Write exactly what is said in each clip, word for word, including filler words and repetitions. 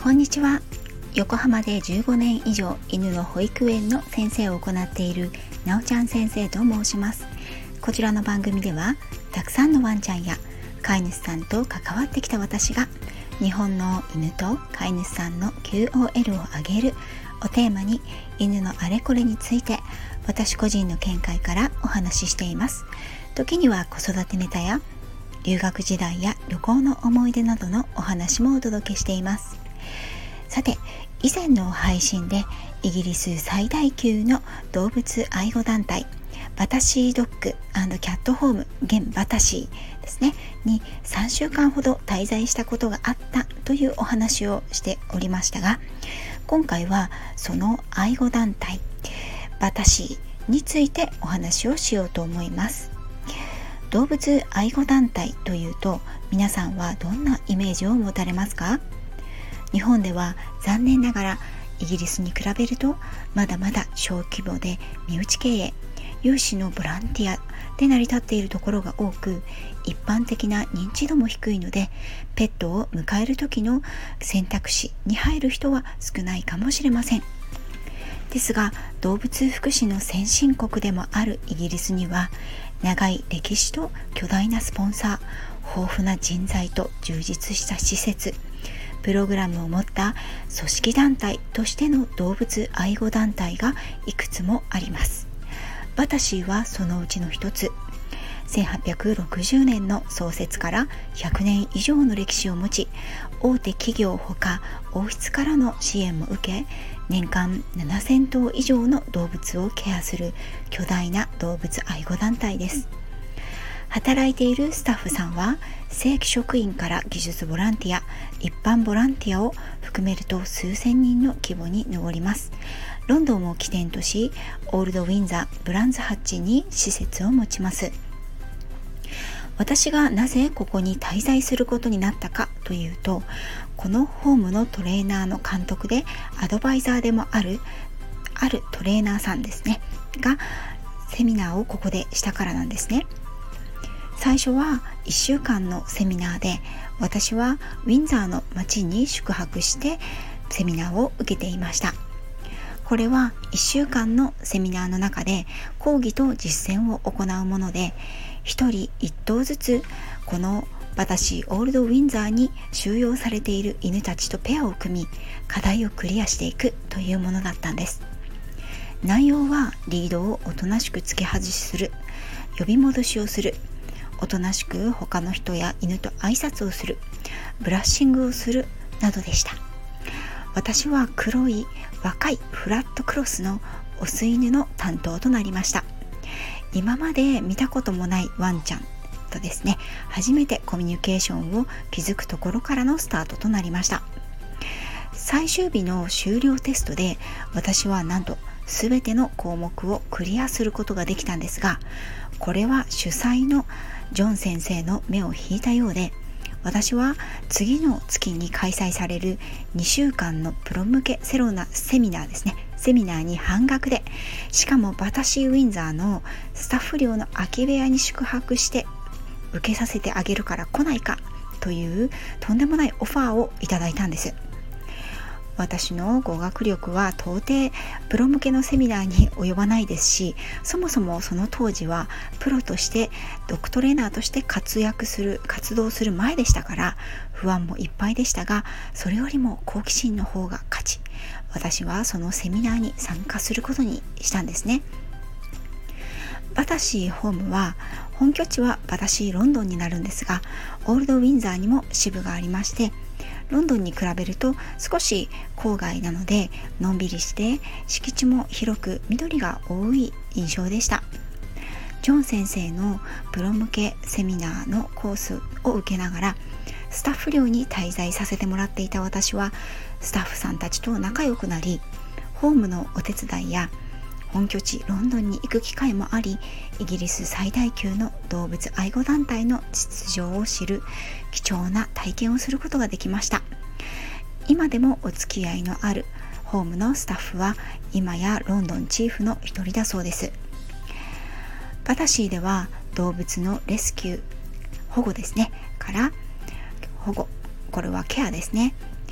こんにちは。横浜でじゅうごねん以上犬の保育園の先生を行っているなおちゃん先生と申します。こちらの番組ではたくさんのワンちゃんや飼い主さんと関わってきた私が日本の犬と飼い主さんの キューオーエル を上げるをテーマに犬のあれこれについて私個人の見解からお話ししています。時には子育てネタや留学時代や旅行の思い出などのお話もお届けしています。さて、以前の配信でイギリス最大級の動物愛護団体バタシードッグ&キャットホーム現バタシーですねにさんしゅうかんほど滞在したことがあったというお話をしておりましたが、今回はその愛護団体バタシーについてお話をしようと思います。動物愛護団体というと皆さんはどんなイメージを持たれますか？日本では残念ながらイギリスに比べるとまだまだ小規模で身内経営、有志のボランティアで成り立っているところが多く、一般的な認知度も低いのでペットを迎える時の選択肢に入る人は少ないかもしれません。ですが動物福祉の先進国でもあるイギリスには長い歴史と巨大なスポンサー、豊富な人材と充実した施設、プログラムを持った組織団体としての動物愛護団体がいくつもあります。バタシーはそのうちの一つ。せんはっぴゃくろくじゅうねんの創設からひゃくねん以上の歴史を持ち、大手企業ほか王室からの支援も受け、年間ななせんとう以上の動物をケアする巨大な動物愛護団体です。働いているスタッフさんは正規職員から技術ボランティア、一般ボランティアを含めると数千人の規模に上ります。ロンドンを起点とし、オールドウィンザー、ブランズハッチに施設を持ちます。私がなぜここに滞在することになったかというと、このホームのトレーナーの監督でアドバイザーでもあるあるトレーナーさんですねがセミナーをここでしたからなんですね。最初はいっしゅうかんのセミナーで、私はウィンザーの町に宿泊してセミナーを受けていました。これはいっしゅうかんのセミナーの中で講義と実践を行うもので、ひとりいっとうずつこのバタシーオールドウィンザーに収容されている犬たちとペアを組み、課題をクリアしていくというものだったんです。内容はリードをおとなしく付け外しする、呼び戻しをする、おとなしく他の人や犬と挨拶をする、ブラッシングをするなどでした。私は黒い若いフラットクロスのオス犬の担当となりました。今まで見たこともないワンちゃんとですね、初めてコミュニケーションを築くところからのスタートとなりました。最終日の終了テストで私はなんと全ての項目をクリアすることができたんですが、これは主催のジョン先生の目を引いたようで、私は次の月に開催されるにしゅうかんのプロ向けセロナセミナーですねセミナーに半額で、しかもバタシーウィンザーのスタッフ寮の空き部屋に宿泊して受けさせてあげるから来ないかというとんでもないオファーをいただいたんです。私の語学力は到底プロ向けのセミナーに及ばないですし、そもそもその当時はプロとしてドッグトレーナーとして活躍する活動する前でしたから不安もいっぱいでしたが、それよりも好奇心の方が勝ち、私はそのセミナーに参加することにしたんですね。バタシーホームは本拠地はバタシーロンドンになるんですが、オールドウィンザーにも支部がありまして、ロンドンに比べると少し郊外なのでのんびりして敷地も広く緑が多い印象でした。ジョン先生のプロ向けセミナーのコースを受けながらスタッフ寮に滞在させてもらっていた私は、スタッフさんたちと仲良くなり、ホームのお手伝いや本拠地ロンドンに行く機会もあり、イギリス最大級の動物愛護団体の実情を知る貴重な体験をすることができました。今でもお付き合いのあるホームのスタッフは今やロンドンチーフの一人だそうです。バタシーでは動物のレスキュー、保護ですねから保護、これはケアですね、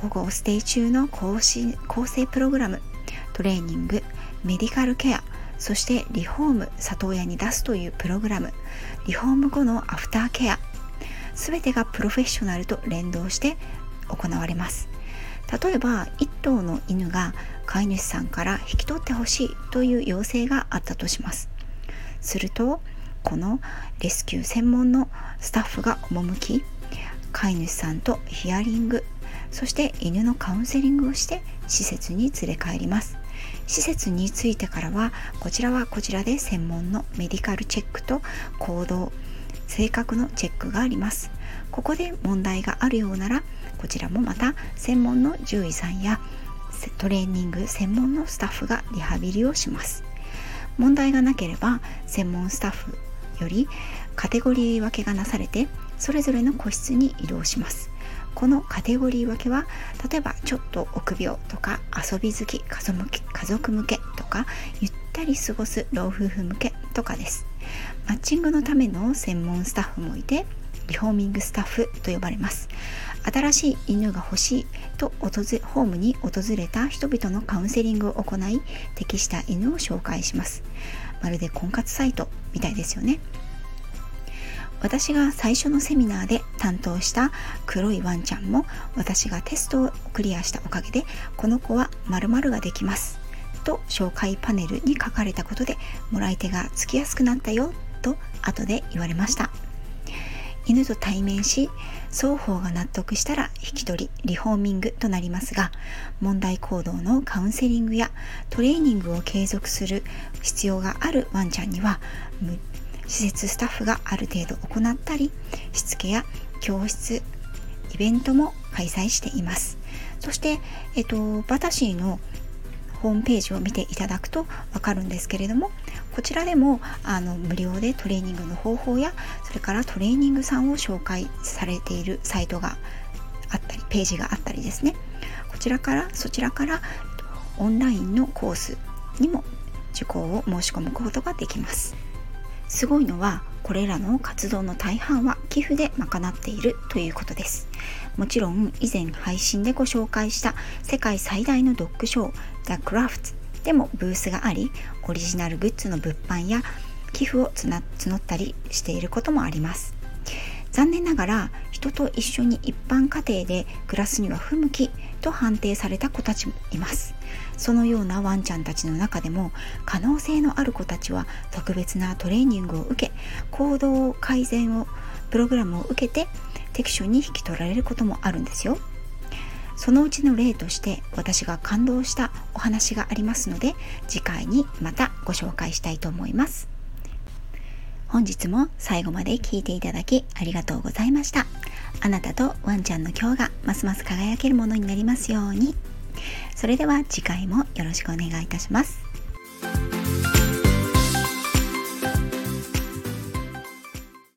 保護ステイ中の更新更生プログラム、トレーニング、メディカルケア、そしてリフォーム、里親に出すというプログラム、リフォーム後のアフターケア、すべてがプロフェッショナルと連動して行われます。例えばいっ頭の犬が飼い主さんから引き取ってほしいという要請があったとします。するとこのレスキュー専門のスタッフが赴き、飼い主さんとヒアリング、そして犬のカウンセリングをして施設に連れ帰ります。施設に着いてからはこちらはこちらで専門のメディカルチェックと行動、性格のチェックがあります。ここで問題があるようならこちらもまた専門の獣医さんやトレーニング専門のスタッフがリハビリをします。問題がなければ専門スタッフよりカテゴリー分けがなされてそれぞれの個室に移動します。このカテゴリー分けは例えばちょっと臆病とか遊び好き家族向け、家族向けとかゆったり過ごす老夫婦向けとかです。マッチングのための専門スタッフもいてリフォーミングスタッフと呼ばれます。新しい犬が欲しいと訪れホームに訪れた人々のカウンセリングを行い適した犬を紹介します。まるで婚活サイトみたいですよね。私が最初のセミナーで担当した黒いワンちゃんも私がテストをクリアしたおかげでこの子は〇〇ができますと紹介パネルに書かれたことでもらい手がつきやすくなったよと後で言われました。犬と対面し双方が納得したら引き取りリフォーミングとなりますが、問題行動のカウンセリングやトレーニングを継続する必要があるワンちゃんには施設スタッフがある程度行ったりしつけや教室イベントも開催しています。そして、えっと、バタシーのホームページを見ていただくとわかるんですけれども、こちらでもあの無料でトレーニングの方法やそれからトレーニングさんを紹介されているサイトがあったりページがあったりですね、こちらからそちらからオンラインのコースにも受講を申し込むことができます。すごいのはこれらの活動の大半は寄付で賄っているということです。もちろん以前配信でご紹介した世界最大のドッグショー The Crafts でもブースがあり、オリジナルグッズの物販や寄付を募ったりしていることもあります。残念ながら人と一緒に一般家庭で暮らすには不向きと判定された子たちもいます。そのようなワンちゃんたちの中でも可能性のある子たちは特別なトレーニングを受け行動改善をプログラムを受けて適所に引き取られることもあるんですよ。そのうちの例として私が感動したお話がありますので次回にまたご紹介したいと思います。本日も最後まで聞いていただきありがとうございました。あなたとワンちゃんの今日がますます輝けるものになりますように。それでは次回もよろしくお願いいたします。